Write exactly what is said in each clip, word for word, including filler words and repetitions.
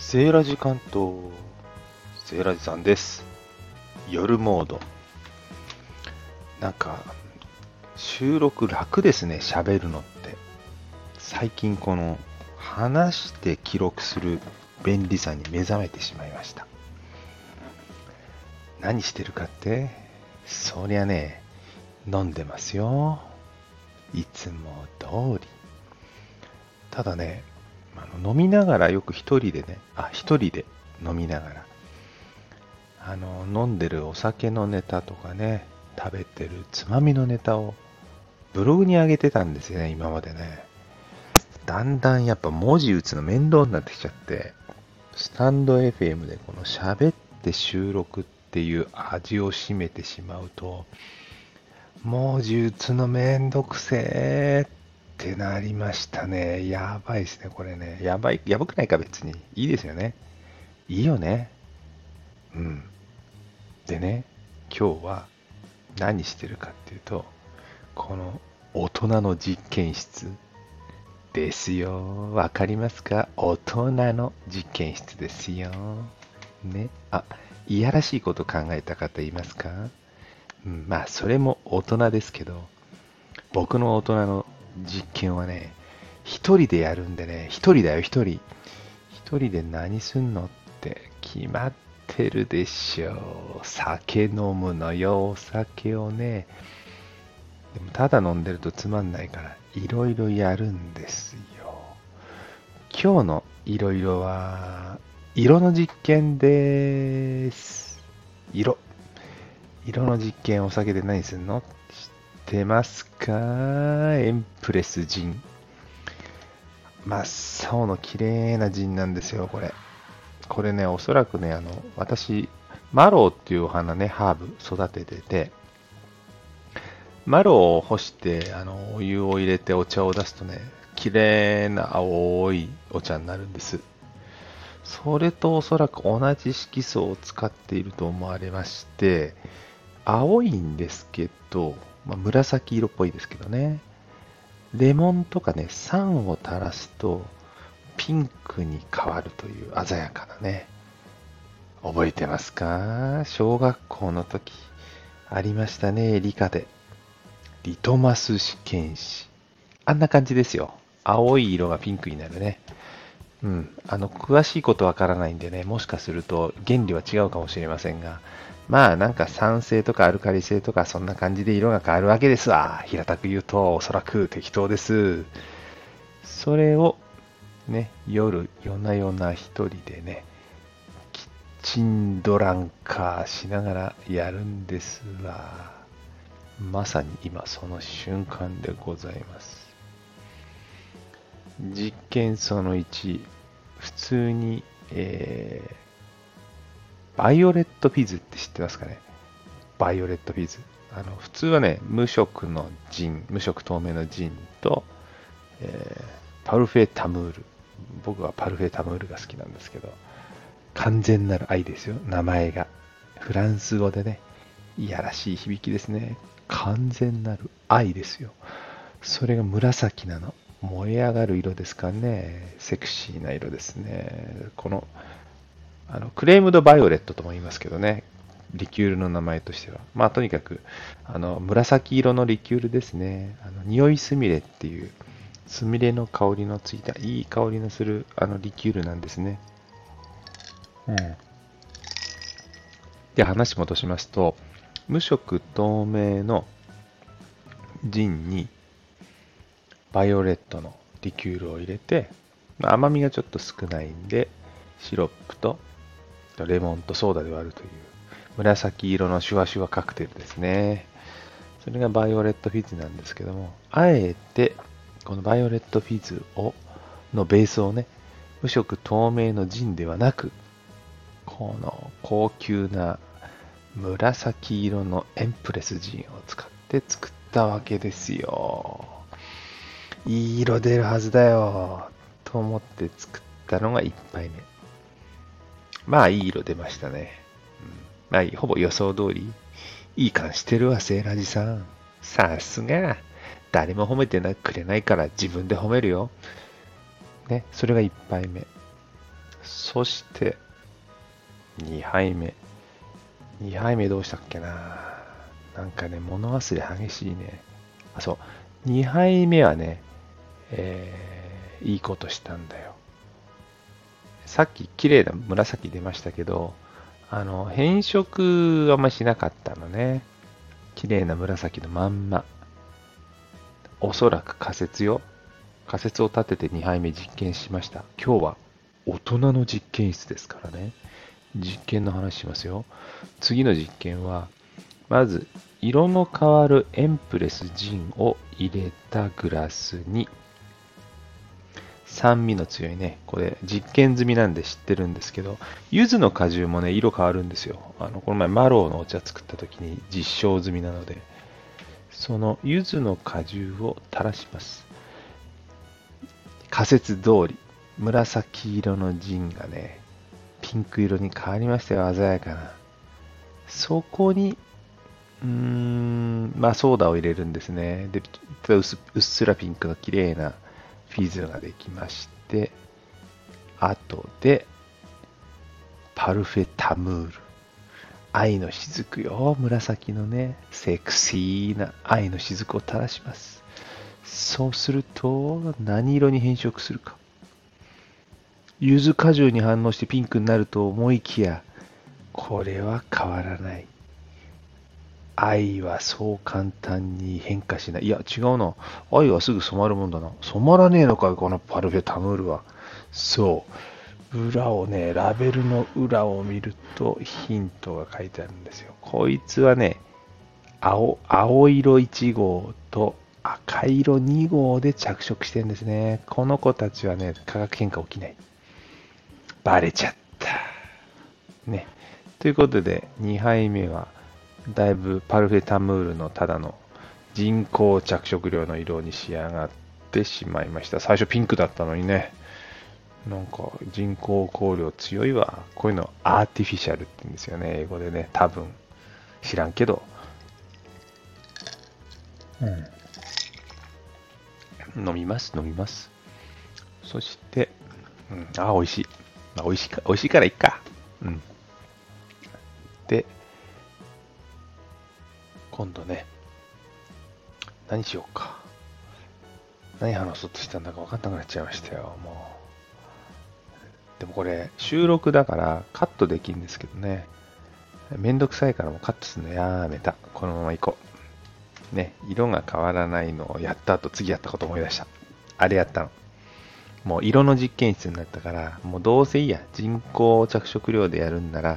セーラジ関東、セーラジさんです。夜モード。なんか、収録楽ですね、喋るのって。最近この、話して記録する便利さに目覚めてしまいました。何してるかって、そりゃね、飲んでますよ。いつも通り。ただね、あの飲みながらよく一人でね、あ、一人で飲みながら、あの、飲んでるお酒のネタとかね、食べてるつまみのネタをブログに上げてたんですよね、今までね。だんだんやっぱ文字打つの面倒になってきちゃって、スタンド エフエム でこの喋って収録っていう味を占めてしまうと、文字打つのめんどくせーってなりましたね。やばいですね、これね。やばい、やばくないか別に。いいですよね。いいよね。うん。でね、今日は何してるかっていうと、この大人の実験室ですよ。わかりますか？大人の実験室ですよ。ね。あ、いやらしいこと考えた方いますか？うん、まあ、それも大人ですけど、僕の大人の実験はね、一人でやるんでね、一人だよ、一人。一人で何すんのって決まってるでしょう。酒飲むのよ、お酒をね。でもただ飲んでるとつまんないから、いろいろやるんですよ。今日のいろいろは、色の実験です。色。色の実験、お酒で何するの知ってますか？エンプレスジン。真っ青の綺麗なジンなんですよ、これ。これね、おそらくね、あの、私、マロウっていうお花ね、ハーブ育ててて、マロウを干して、あの、お湯を入れてお茶を出すとね、綺麗な青いお茶になるんです。それとおそらく同じ色素を使っていると思われまして、青いんですけど、まあ、紫色っぽいですけどね。レモンとかね、酸を垂らすと、ピンクに変わるという鮮やかなね。覚えてますか？小学校の時、ありましたね、理科で。リトマス試験紙。あんな感じですよ。青い色がピンクになるね。うん。あの、詳しいことわからないんでね、もしかすると原理は違うかもしれませんが、まあなんか酸性とかアルカリ性とかそんな感じで色が変わるわけですわ。平たく言うとおそらく適当です。それをね、夜、夜な夜な一人でね、キッチンドランカーしながらやるんですわ。まさに今その瞬間でございます。実験そのいち、普通に、えー、バイオレットフィズって知ってますかね？バイオレットフィズ。あの、普通はね、無色のジン、無色透明のジンと、えー、パルフェタムール。僕はパルフェタムールが好きなんですけど、完全なる愛ですよ、名前が。フランス語でね、いやらしい響きですね。完全なる愛ですよ。それが紫なの。燃え上がる色ですかね。セクシーな色ですね。この、あの、クレームドバイオレットとも言いますけどね。リキュールの名前としては。まあ、とにかく、あの、紫色のリキュールですね。あの、匂いすみれっていう、すみれの香りのついた、いい香りのする、あの、リキュールなんですね。うん。で、話戻しますと、無色透明のジンにバイオレットのリキュールを入れて、まあ甘みがちょっと少ないんで、シロップとレモンとソーダで割るという紫色のシュワシュワカクテルですね。それがバイオレットフィズなんですけども、あえてこのバイオレットフィズをのベースをね、無色透明のジンではなく、この高級な紫色のエンプレスジンを使って作ったわけですよ。いい色出るはずだよと思って作ったのが一杯目。まあいい色出ましたね。うん、まあほぼ予想通り。いい感してるわ、セーラジさん。さすが。誰も褒めてくれないから自分で褒めるよ。ね、それが一杯目。 そして、にはいめ。にはいめどうしたっけな。なんかね、物忘れ激しいね。あ、そう。にはいめはね、えーいいことしたんだよ。さっき綺麗な紫出ましたけど、あの、変色あんましなかったのね。綺麗な紫のまんま。おそらく仮説よ。仮説を立ててにはいめ実験しました。今日は大人の実験室ですからね。実験の話しますよ。次の実験は、まず、色の変わるエンプレスジンを入れたグラスに、酸味の強いね、これ実験済みなんで知ってるんですけど、柚子の果汁もね、色変わるんですよ。あの、この前マローのお茶作った時に実証済みなので、その柚子の果汁を垂らします。仮説通り、紫色のジンがね、ピンク色に変わりましたよ、鮮やかな。そこに、うーん、まあソーダを入れるんですね。で、うっすうっすらピンクの綺麗なフィズができまして、あとで、パルフェタムール。愛の雫よ。紫のね、セクシーな愛の雫を垂らします。そうすると、何色に変色するか。柚子果汁に反応してピンクになると思いきや、これは変わらない。愛はそう簡単に変化しない。いや、違うな。愛はすぐ染まるもんだな。染まらねえのかい、このパルフェタムールは。そう。裏をね、ラベルの裏を見るとヒントが書いてあるんですよ。こいつはね、青、青色いち号と赤色に号で着色してるんですね。この子たちはね、化学変化起きない。バレちゃった。ね。ということで、にはいめは、だいぶパルフェタムールのただの人工着色料の色に仕上がってしまいました。最初ピンクだったのにね。なんか人工香料強いわ。こういうのアーティフィシャルって言うんですよね。英語でね。多分。知らんけど。うん。飲みます、飲みます。そして、うん、あ、美味しい。まあ、美味しいか、美味しいからいっか。うん。で、今度ね、何しようか。何話そうとしたんだか分かんなくなっちゃいましたよ、もう。でもこれ、収録だからカットできるんですけどね。めんどくさいからもうカットするのやめた。このまま行こう。ね、色が変わらないのをやった後、次やったこと思い出した。あれやったの。もう色の実験室になったから、もうどうせいいや。人工着色料でやるんなら、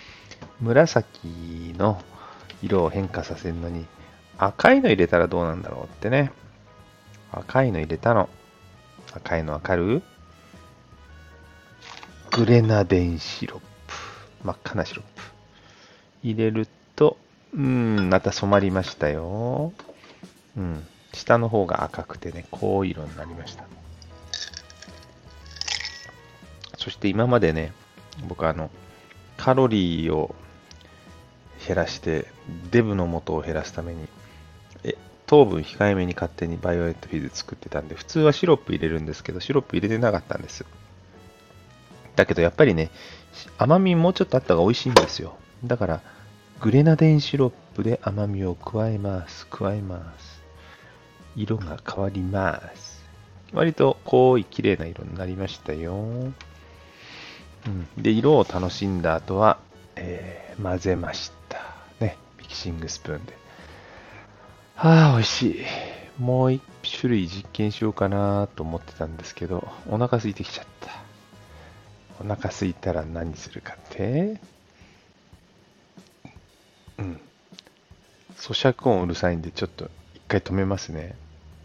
紫の色を変化させるのに、赤いの入れたらどうなんだろうってね。赤いの入れたの。赤いのわかる？グレナデンシロップ。真っ赤なシロップ。入れると、うーん、また染まりましたよ。うん。下の方が赤くてね、濃い色になりました。そして今までね、僕あの、カロリーを減らして、デブの元を減らすために、え糖分控えめに勝手にバイオレットフィズ作ってたんで、普通はシロップ入れるんですけど、シロップ入れてなかったんです。だけどやっぱりね、甘みもうちょっとあった方が美味しいんですよ。だから、グレナデンシロップで甘みを加えます。加えます。色が変わります。割と濃い綺麗な色になりましたよ。うん、で、色を楽しんだ後は、えー混ぜました。ね、ミキシングスプーンで。ああ、美味しい。もう一種類実験しようかなと思ってたんですけど、お腹空いてきちゃった。お腹空いたら何するかって、うん。咀嚼音うるさいんで、ちょっと一回止めますね。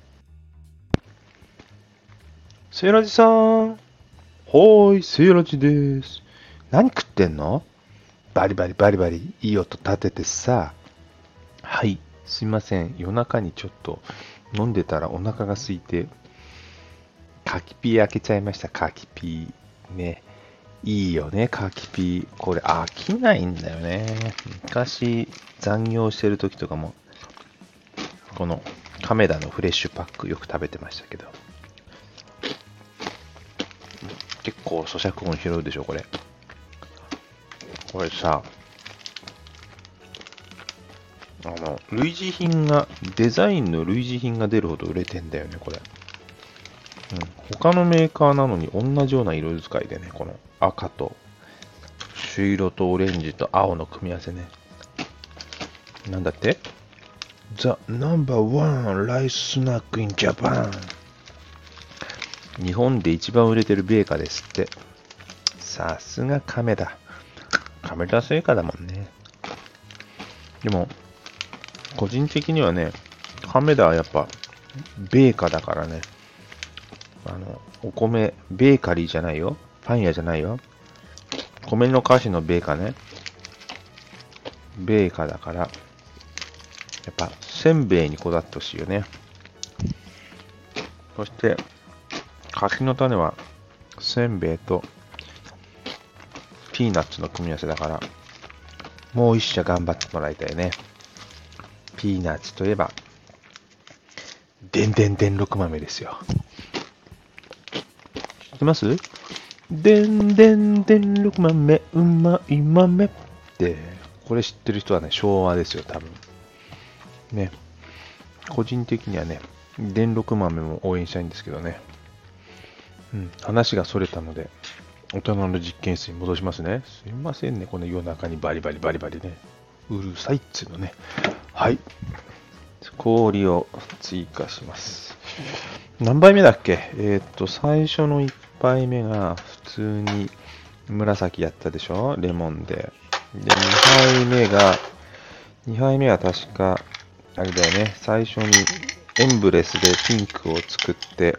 セイラジさん。はーい、セイラジです。何食ってんの？バリバリバリバリいい音立ててさ。はい、すいません。夜中にちょっと飲んでたらお腹が空いて、カキピー開けちゃいました、カキピー。ね。いいよね、カキピー。これ飽きないんだよね。昔残業してる時とかも、この亀田のフレッシュパックよく食べてましたけど、 結構咀嚼音拾うでしょ、これ。これさ、あの、類似品が、デザインの類似品が出るほど売れてんだよね、これ。うん、他のメーカーなのに同じような色使いでね、この赤と朱色とオレンジと青の組み合わせね。なんだって ?The number one rice snack in Japan。日本で一番売れてる米菓ですって。さすが亀だ。亀田製菓だもんね。でも、個人的にはね、亀田はやっぱ米菓だからね。あの、お米、ベーカリーじゃないよ。パン屋じゃないよ。米の菓子のベーカね。ベーカだから、やっぱ、せんべいにこだわってほしいよね。そして、柿の種は、せんべいと、ピーナッツの組み合わせだから、もう一社頑張ってもらいたいね。ピーナッツといえば、でんでんでんろく豆ですよ。知ってます？でんでんでんろく豆、うまい豆って、これ知ってる人はね、昭和ですよ、多分。ね。個人的にはね、電録豆も応援したいんですけどね。うん、話がそれたので、大人の実験室に戻しますね。すいませんね、この夜中にバリバリバリバリね。うるさいっつうのね。はい。氷を追加します。何杯目だっけ？えー、っと、最初のいっぱいめが普通に紫やったでしょ？レモンで。で、にはいめが、にはいめは確か、あれだよね。最初にエンブレスでピンクを作って、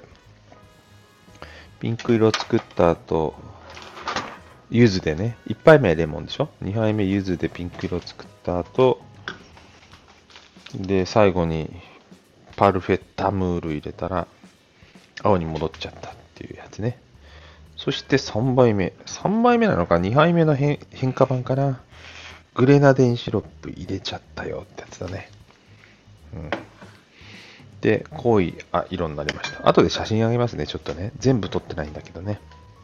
ピンク色を作った後、柚子でね、いっぱいめはレモンでしょ？ に 杯目柚子でピンク色を作った後、で、最後にパルフェタムール入れたら、青に戻っちゃったっていうやつね。そしてさんばいめ。さんばいめなのかにはいめの変変化版かな。グレナデンシロップ入れちゃったよってやつだね。うん。で、濃いあ色になりました。後で写真あげますね、ちょっとね。全部撮ってないんだけどね。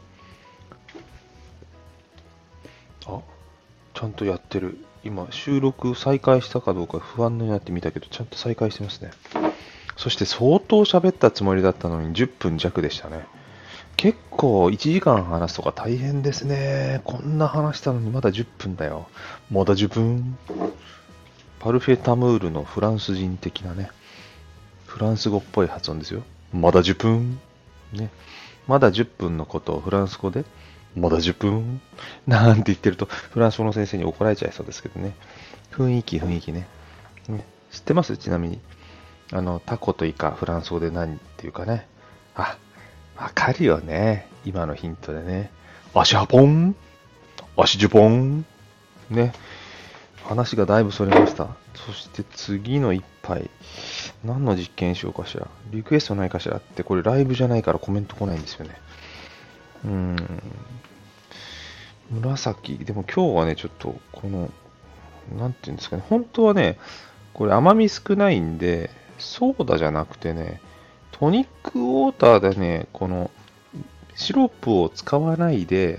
あ、ちゃんとやってる。今、収録再開したかどうか不安になってみたけど、ちゃんと再開してますね。そして相当喋ったつもりだったのにじゅっぷん弱でしたね。結構いちじかん話すとか大変ですね。こんな話したのにまだじゅっぷんだよ。まだじゅっぷん。パルフェタムールのフランス人的なね、フランス語っぽい発音ですよ。まだじゅっぷん。ね。まだじゅっぷんのことをフランス語で、まだじゅっぷんなんて言ってると、フランス語の先生に怒られちゃいそうですけどね。雰囲気、雰囲気ね。ね、知ってます？ちなみに。あの、タコとイカ、フランス語で何っていうかね。あ、わかるよね。今のヒントでね。足ハポン、足ジュポン。ね。話がだいぶそれました。そして次の一杯。何の実験しようかしら。リクエストないかしらって、これライブじゃないからコメント来ないんですよね。うーん。紫。でも今日はね、ちょっと、この、なんていうんですかね。本当はね、これ甘み少ないんで、ソーダじゃなくてね、トニックウォーターでね、このシロップを使わないで、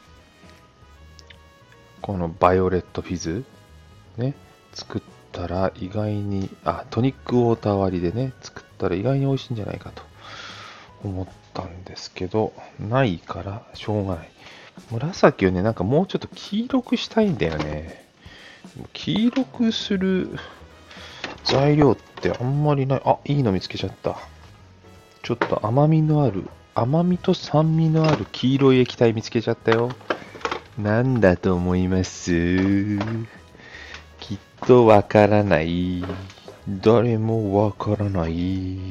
このバイオレットフィズ、ね、作ったら意外に、あ、トニックウォーター割りでね、作ったら意外に美味しいんじゃないかと思ったんですけど、ないからしょうがない。紫をね、なんかもうちょっと黄色くしたいんだよね。黄色くする材料ってあんまりない。あ、いいの見つけちゃった。ちょっと甘みのある、甘みと酸味のある黄色い液体見つけちゃったよ。なんだと思います？きっとわからない。誰もわからない。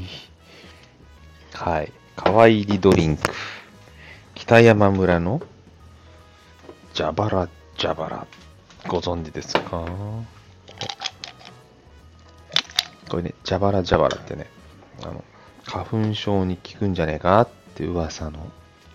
はい。川入りドリンク。北山村のジャバラジャバラ。ご存知ですか？これね、ジャバラジャバラってね、あの、花粉症に効くんじゃねえかって噂の、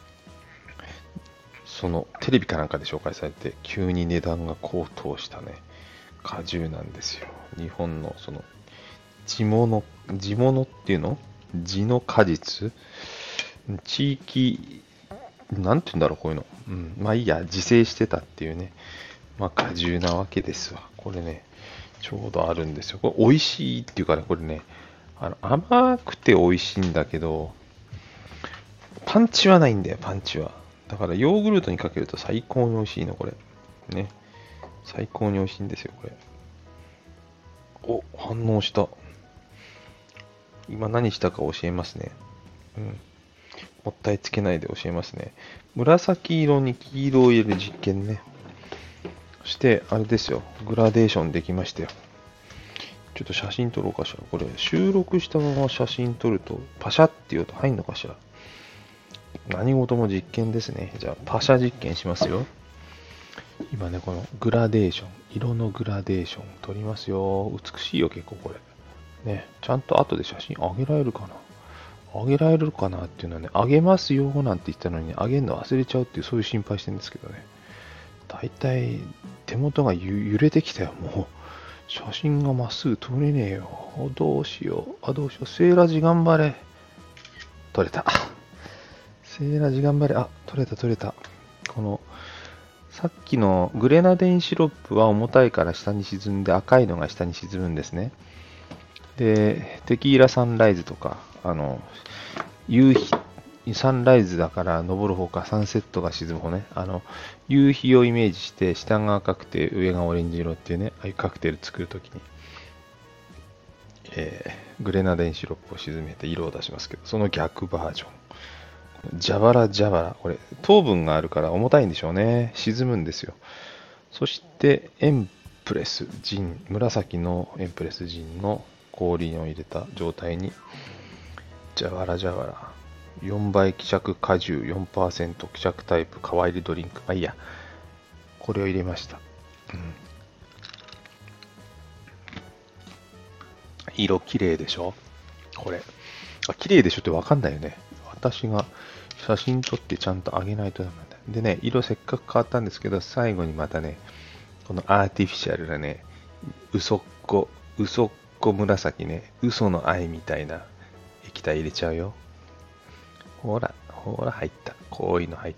そのテレビかなんかで紹介されて、急に値段が高騰したね、果汁なんですよ。日本のその、地物、地物っていうの？地の果実？地域なんて言うんだろう、こういうの。うん。まあいいや、自生してたっていうね。まあ果汁なわけですわ。これね、ちょうどあるんですよ。これ美味しいっていうかね、これね、あの甘くて美味しいんだけど、パンチはないんだよ、パンチは。だからヨーグルトにかけると最高に美味しいの、これ。ね。最高に美味しいんですよ、これ。お、反応した。今何したか教えますね。うん。もったいつけないで教えますね。紫色に黄色を入れる実験ね。そして、あれですよ。グラデーションできましたよ。ちょっと写真撮ろうかしら。これ、収録したまま写真撮ると、パシャって言うと入んのかしら。何事も実験ですね。じゃあ、パシャ実験しますよ。今ね、このグラデーション、色のグラデーション撮りますよ。美しいよ、結構これ。ね、ちゃんと後で写真あげられるかな。あげられるかなっていうのはね、あげますよなんて言ったのに、あげるの忘れちゃうっていう、そういう心配してるんですけどね。だいたい手元がゆ揺れてきたよ、もう。写真がまっすぐ撮れねえよ。どうしよう。あ、どうしよう。セーラジ頑張れ。撮れた。セーラジ頑張れ。あ、撮れた撮れた。この、さっきのグレナデンシロップは重たいから下に沈んで赤いのが下に沈むんですね。で、テキーラサンライズとか、あの、夕日、サンライズだから登る方か、サンセットが沈む方ね。あの、夕日をイメージして、下が赤くて上がオレンジ色っていうね、ああいうカクテル作るときに、えー、グレナデンシロップを沈めて色を出しますけど、その逆バージョン。ジャバラジャバラ。これ、糖分があるから重たいんでしょうね。沈むんですよ。そして、エンプレスジン、紫のエンプレスジンの氷を入れた状態に、ジャバラジャバラ。よんばい希釈果汁 よんパーセント 希釈タイプカワイリドリンク。あ、いいや。これを入れました。うん、色綺麗でしょこれ。あ、綺麗でしょってわかんないよね。私が写真撮ってちゃんと上げないとダメなんだ。でね、色せっかく変わったんですけど、最後にまたね、このアーティフィシャルなね、嘘っこ、嘘っこ紫ね、嘘の愛みたいな液体入れちゃうよ。ほら、ほら入った。こういうの入った。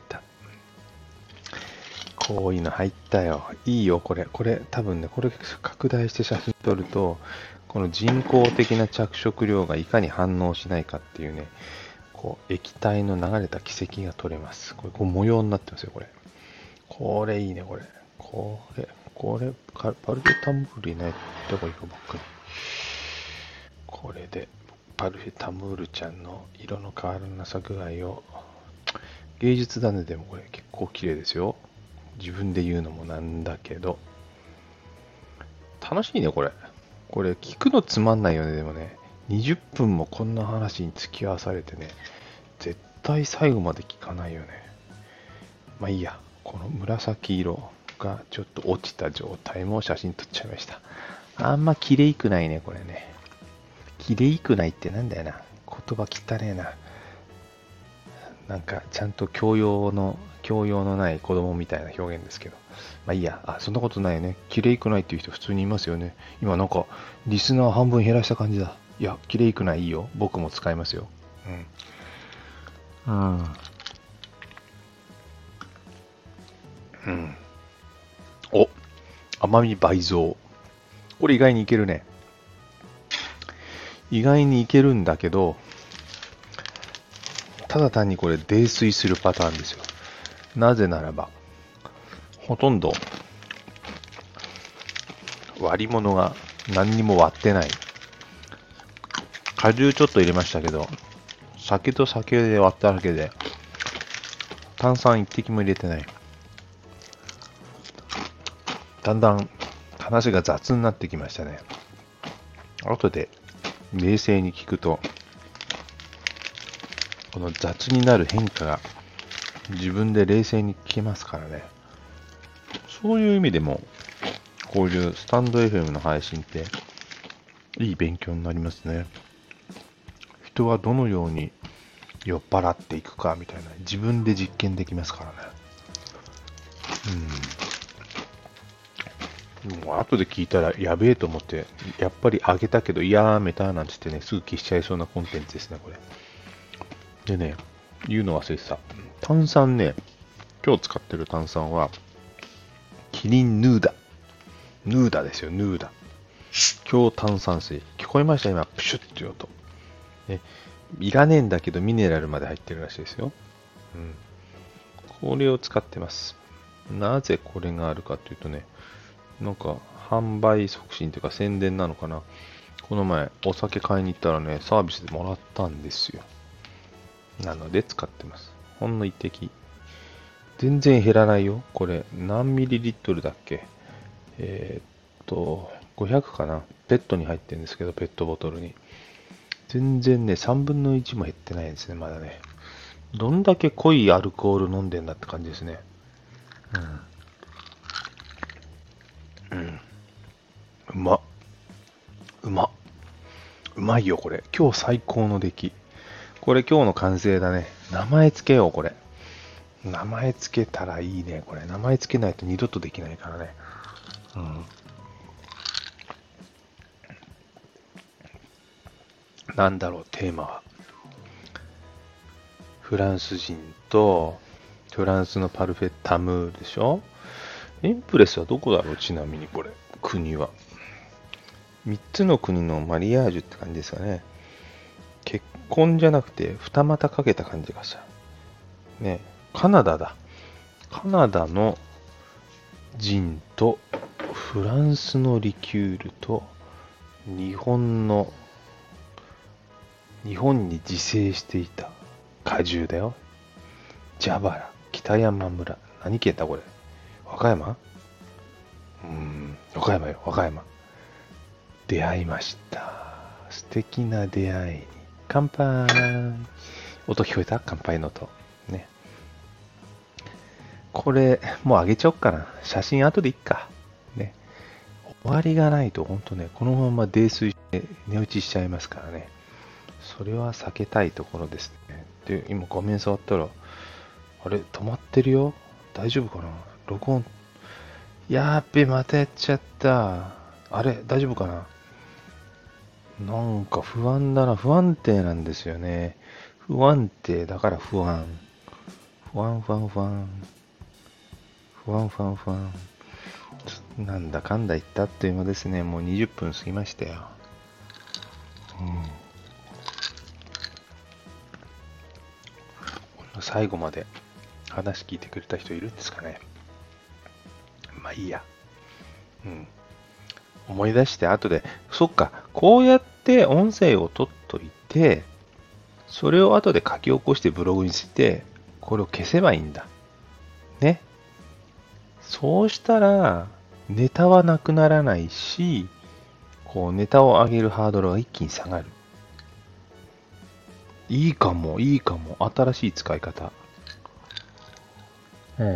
こういうの入ったよ。いいよ、これ。これ、多分ね、これ拡大して写真撮ると、この人工的な着色料がいかに反応しないかっていうね、こう、液体の流れた軌跡が取れます。これ、こう模様になってますよ、これ。これいいね、これ。これ、これ、パルフェタンブールいないとこ行くばっかり。これで、パルフェタムールちゃんの色の変わらなさ具合を、芸術だね、でもこれ結構綺麗ですよ。自分で言うのもなんだけど。楽しいね、これ。これ、聞くのつまんないよね、でもね。にじゅっぷんもこんな話に付き合わされてね、絶対最後まで聞かないよね。まあいいや、この紫色がちょっと落ちた状態も写真撮っちゃいました。あんま綺麗くないね、これね。綺麗くないってなんだよな。言葉汚ねえな。なんかちゃんと教養の、教養のない子供みたいな表現ですけど。まあいいや。あ、そんなことないよね。綺麗くないっていう人普通にいますよね。今なんか、リスナー半分減らした感じだ。いや、綺麗くないいいよ。僕も使いますよ。うん。うん。うん。お、甘み倍増。これ意外にいけるね。意外にいけるんだけど、ただ単にこれ泥酔するパターンですよ。なぜならば、ほとんど割り物が何にも割ってない。果汁ちょっと入れましたけど、酒と酒で割っただけで、炭酸一滴も入れてない。だんだん話が雑になってきましたね。後で冷静に聞くと、この雑になる変化が自分で冷静に聞けますからね。そういう意味でも、こういうスタンド エフエム の配信っていい勉強になりますね。人はどのように酔っ払っていくかみたいな自分で実験できますからね。うん。もう後で聞いたらやべえと思って、やっぱりあげたけどやめたなんて言ってね、すぐ消しちゃいそうなコンテンツですね、これ。でね、 言うの忘れてた。炭酸ね、今日使ってる炭酸は、キリンヌーダ。ヌーダですよ、ヌーダ。強炭酸水。聞こえました今、プシュッっていう音。ね、いらねえんだけどミネラルまで入ってるらしいですよ。うん。これを使ってます。なぜこれがあるかというとね、なんか販売促進というか宣伝なのかな。この前お酒買いに行ったらね、サービスでもらったんですよ。なので使ってます。ほんの一滴。全然減らないよ。これ何ミリリットルだっけ？えー、っと、ごひゃくかな。ペットに入ってるんですけど、ペットボトルに。全然ね、さんぶんのいちも減ってないですね、まだね。どんだけ濃いアルコール飲んでんだって感じですね。うん。うん。うまっ。うまっ。うまいよ、これ。今日最高の出来。これ今日の完成だね。名前つけよう、これ。名前つけたらいいね、これ。名前つけないと二度とできないからね。うん。なんだろう、テーマは。フランス人と、フランスのパルフェタムーでしょ？エンプレスはどこだろう、ちなみにこれ。国は。みっつの国のマリアージュって感じですかね。結婚じゃなくて二股かけた感じがした。ね、カナダだ。カナダのジンとフランスのリキュールと日本の日本に自生していた果汁だよ。蛇腹、北山村。何県だこれ。和歌山？うーん、和歌山よ、和歌山。出会いました。素敵な出会いに。乾杯。音聞こえた？乾杯の音。ね。これ、もうあげちゃおっかな。写真後でいっか。ね。終わりがないと、ほんとね、このまま泥酔して寝落ちしちゃいますからね。それは避けたいところですね。で、今画面触ったら、あれ、止まってるよ。大丈夫かな？録音。やーっべ、またやっちゃった。あれ、大丈夫かな？なんか不安だな。不安定なんですよね。不安定だから不安。不安、不安、不安。不安、不安、不安。なんだかんだ言ったっていう間ですね。もうにじゅっぷん過ぎましたよ。うん。最後まで話聞いてくれた人いるんですかね。まあいいや。うん。思い出して後で、そっか、こうやって音声を取っといて、それを後で書き起こしてブログにして、これを消せばいいんだ。ね。そうしたら、ネタはなくならないし、こうネタを上げるハードルが一気に下がる。いいかも、いいかも。新しい使い方。うん。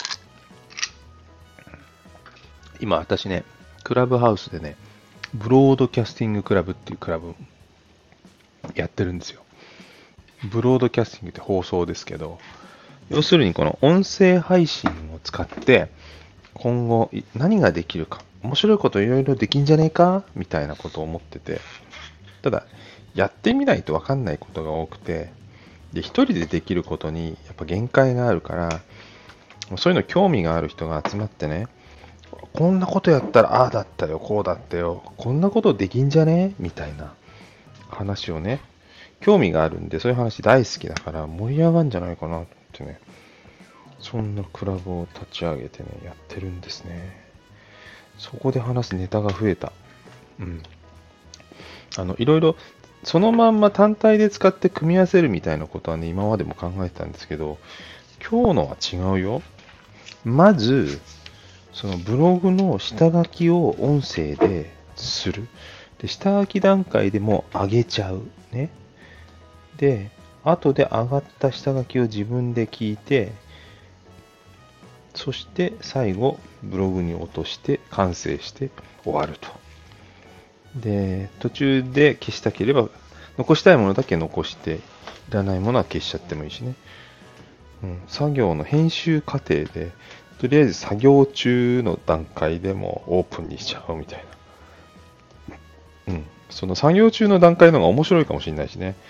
今私ね、クラブハウスでね、ブロードキャスティングクラブっていうクラブやってるんですよ。ブロードキャスティングって放送ですけど、要するにこの音声配信を使って今後何ができるか、面白いこといろいろできんじゃねえかみたいなことを思ってて、ただやってみないと分かんないことが多くて、で一人でできることにやっぱ限界があるから、そういうの興味がある人が集まってね、こんなことやったらああだったよ、こうだったよ、こんなことできんじゃねみたいな話をね、興味があるんで、そういう話大好きだから盛り上がるんじゃないかなってね、そんなクラブを立ち上げてね、やってるんですね。そこで話すネタが増えた。うん。あの、いろいろ、そのまんま単体で使って組み合わせるみたいなことはね、今までも考えてたんですけど、今日のは違うよ。まず、そのブログの下書きを音声でする。で、下書き段階でも上げちゃう。ね。で、後で上がった下書きを自分で聞いて、そして最後、ブログに落として完成して終わると。で、途中で消したければ、残したいものだけ残して、いらないものは消しちゃってもいいしね。うん、作業の編集過程で、とりあえず作業中の段階でもオープンにしちゃうみたいな。うん。その作業中の段階の方が面白いかもしれないしね。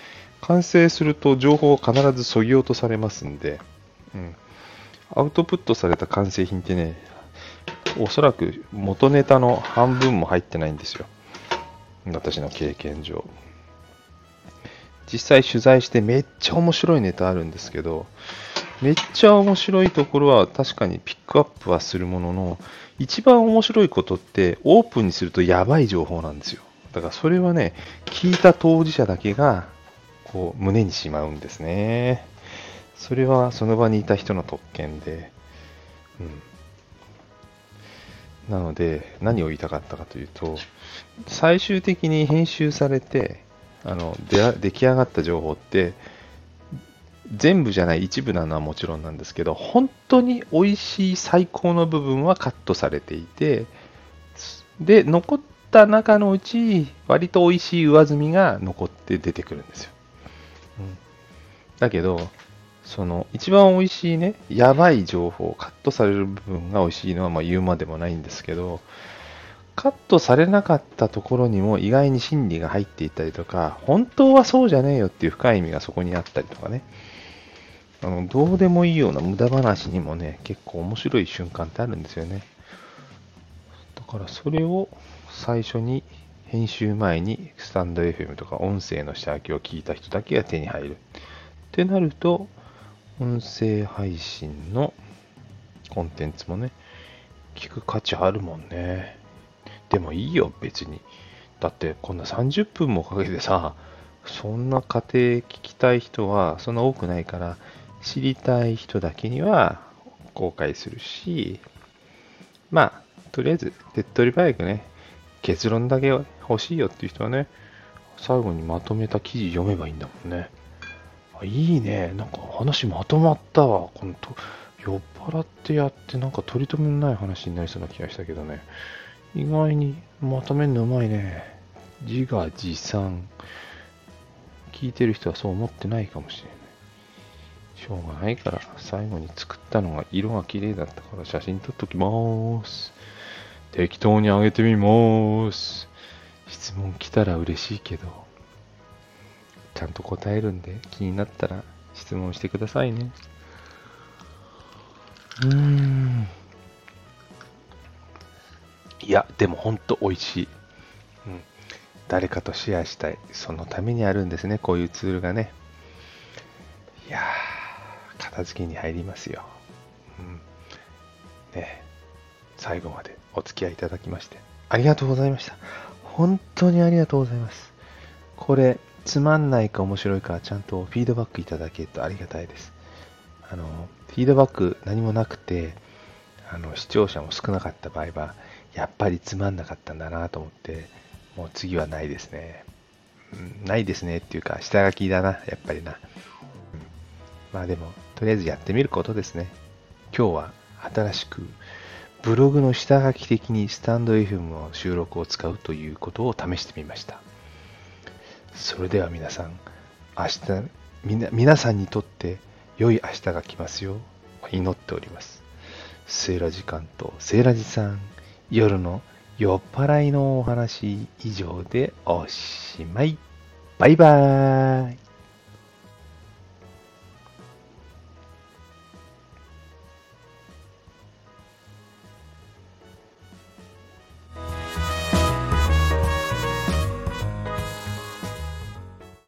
完成すると情報は必ず削ぎ落とされますんで、うん、アウトプットされた完成品ってね、おそらく元ネタの半分も入ってないんですよ。私の経験上。実際取材してめっちゃ面白いネタあるんですけど、めっちゃ面白いところは確かにピックアップはするものの、一番面白いことってオープンにするとやばい情報なんですよ。だからそれはね、聞いた当事者だけがこう胸にしまうんですね。それはその場にいた人の特権で、うん、なので何を言いたかったかというと、最終的に編集されてあの出出来上がった情報って全部じゃない一部なのはもちろんなんですけど、本当に美味しい最高の部分はカットされていて、で残った中のうち割と美味しい上積みが残って出てくるんですよ。うん、だけどその一番美味しいね、やばい情報、カットされる部分が美味しいのはまあ言うまでもないんですけど、カットされなかったところにも意外に真理が入っていたりとか、本当はそうじゃねえよっていう深い意味がそこにあったりとかね、あのどうでもいいような無駄話にもね、結構面白い瞬間ってあるんですよね。だからそれを最初に編集前にスタンド エフエム とか音声の下書きを聞いた人だけが手に入るってなると、音声配信のコンテンツもね、聞く価値あるもんね。でもいいよ、別に。だってこんなさんじゅっぷんもかけてさ、そんな過程聞きたい人はそんな多くないから、知りたい人だけには公開するし、まあ、とりあえず手っ取り早くね、結論だけ欲しいよっていう人はね、最後にまとめた記事読めばいいんだもんね。いいね。なんか話まとまったわ。このと酔っ払ってやってなんか取り留めのない話になりそうな気がしたけどね。意外にまとめるのうまいね。自画自賛。聞いてる人はそう思ってないかもしれない。しょうがないから最後に作ったのが色が綺麗だったから写真撮っときまーす。適当にあげてみまーす。質問来たら嬉しいけど。ちゃんと答えるんで気になったら質問してくださいね。うーん。いや、でもほんと美味しい。うん。誰かとシェアしたい。そのためにあるんですね、こういうツールがね。いやー、片付けに入りますよ。うん。ね。最後までお付き合いいただきましてありがとうございました。本当にありがとうございます。これ、つまんないか面白いかちゃんとフィードバックいただけるとありがたいです。あの、フィードバック何もなくて、あの、視聴者も少なかった場合は、やっぱりつまんなかったんだなと思って、もう次はないですね。うん、ないですねっていうか、下書きだな、やっぱりな。うん、まあでも、とりあえずやってみることですね。今日は新しく、ブログの下書き的にスタンド エフエム の収録を使うということを試してみました。それでは皆さん、明日、みな皆さんにとって良い明日が来ますよう祈っております。セーラ時間とセーラジさん、夜の酔っ払いのお話以上でおしまい。バイバーイ。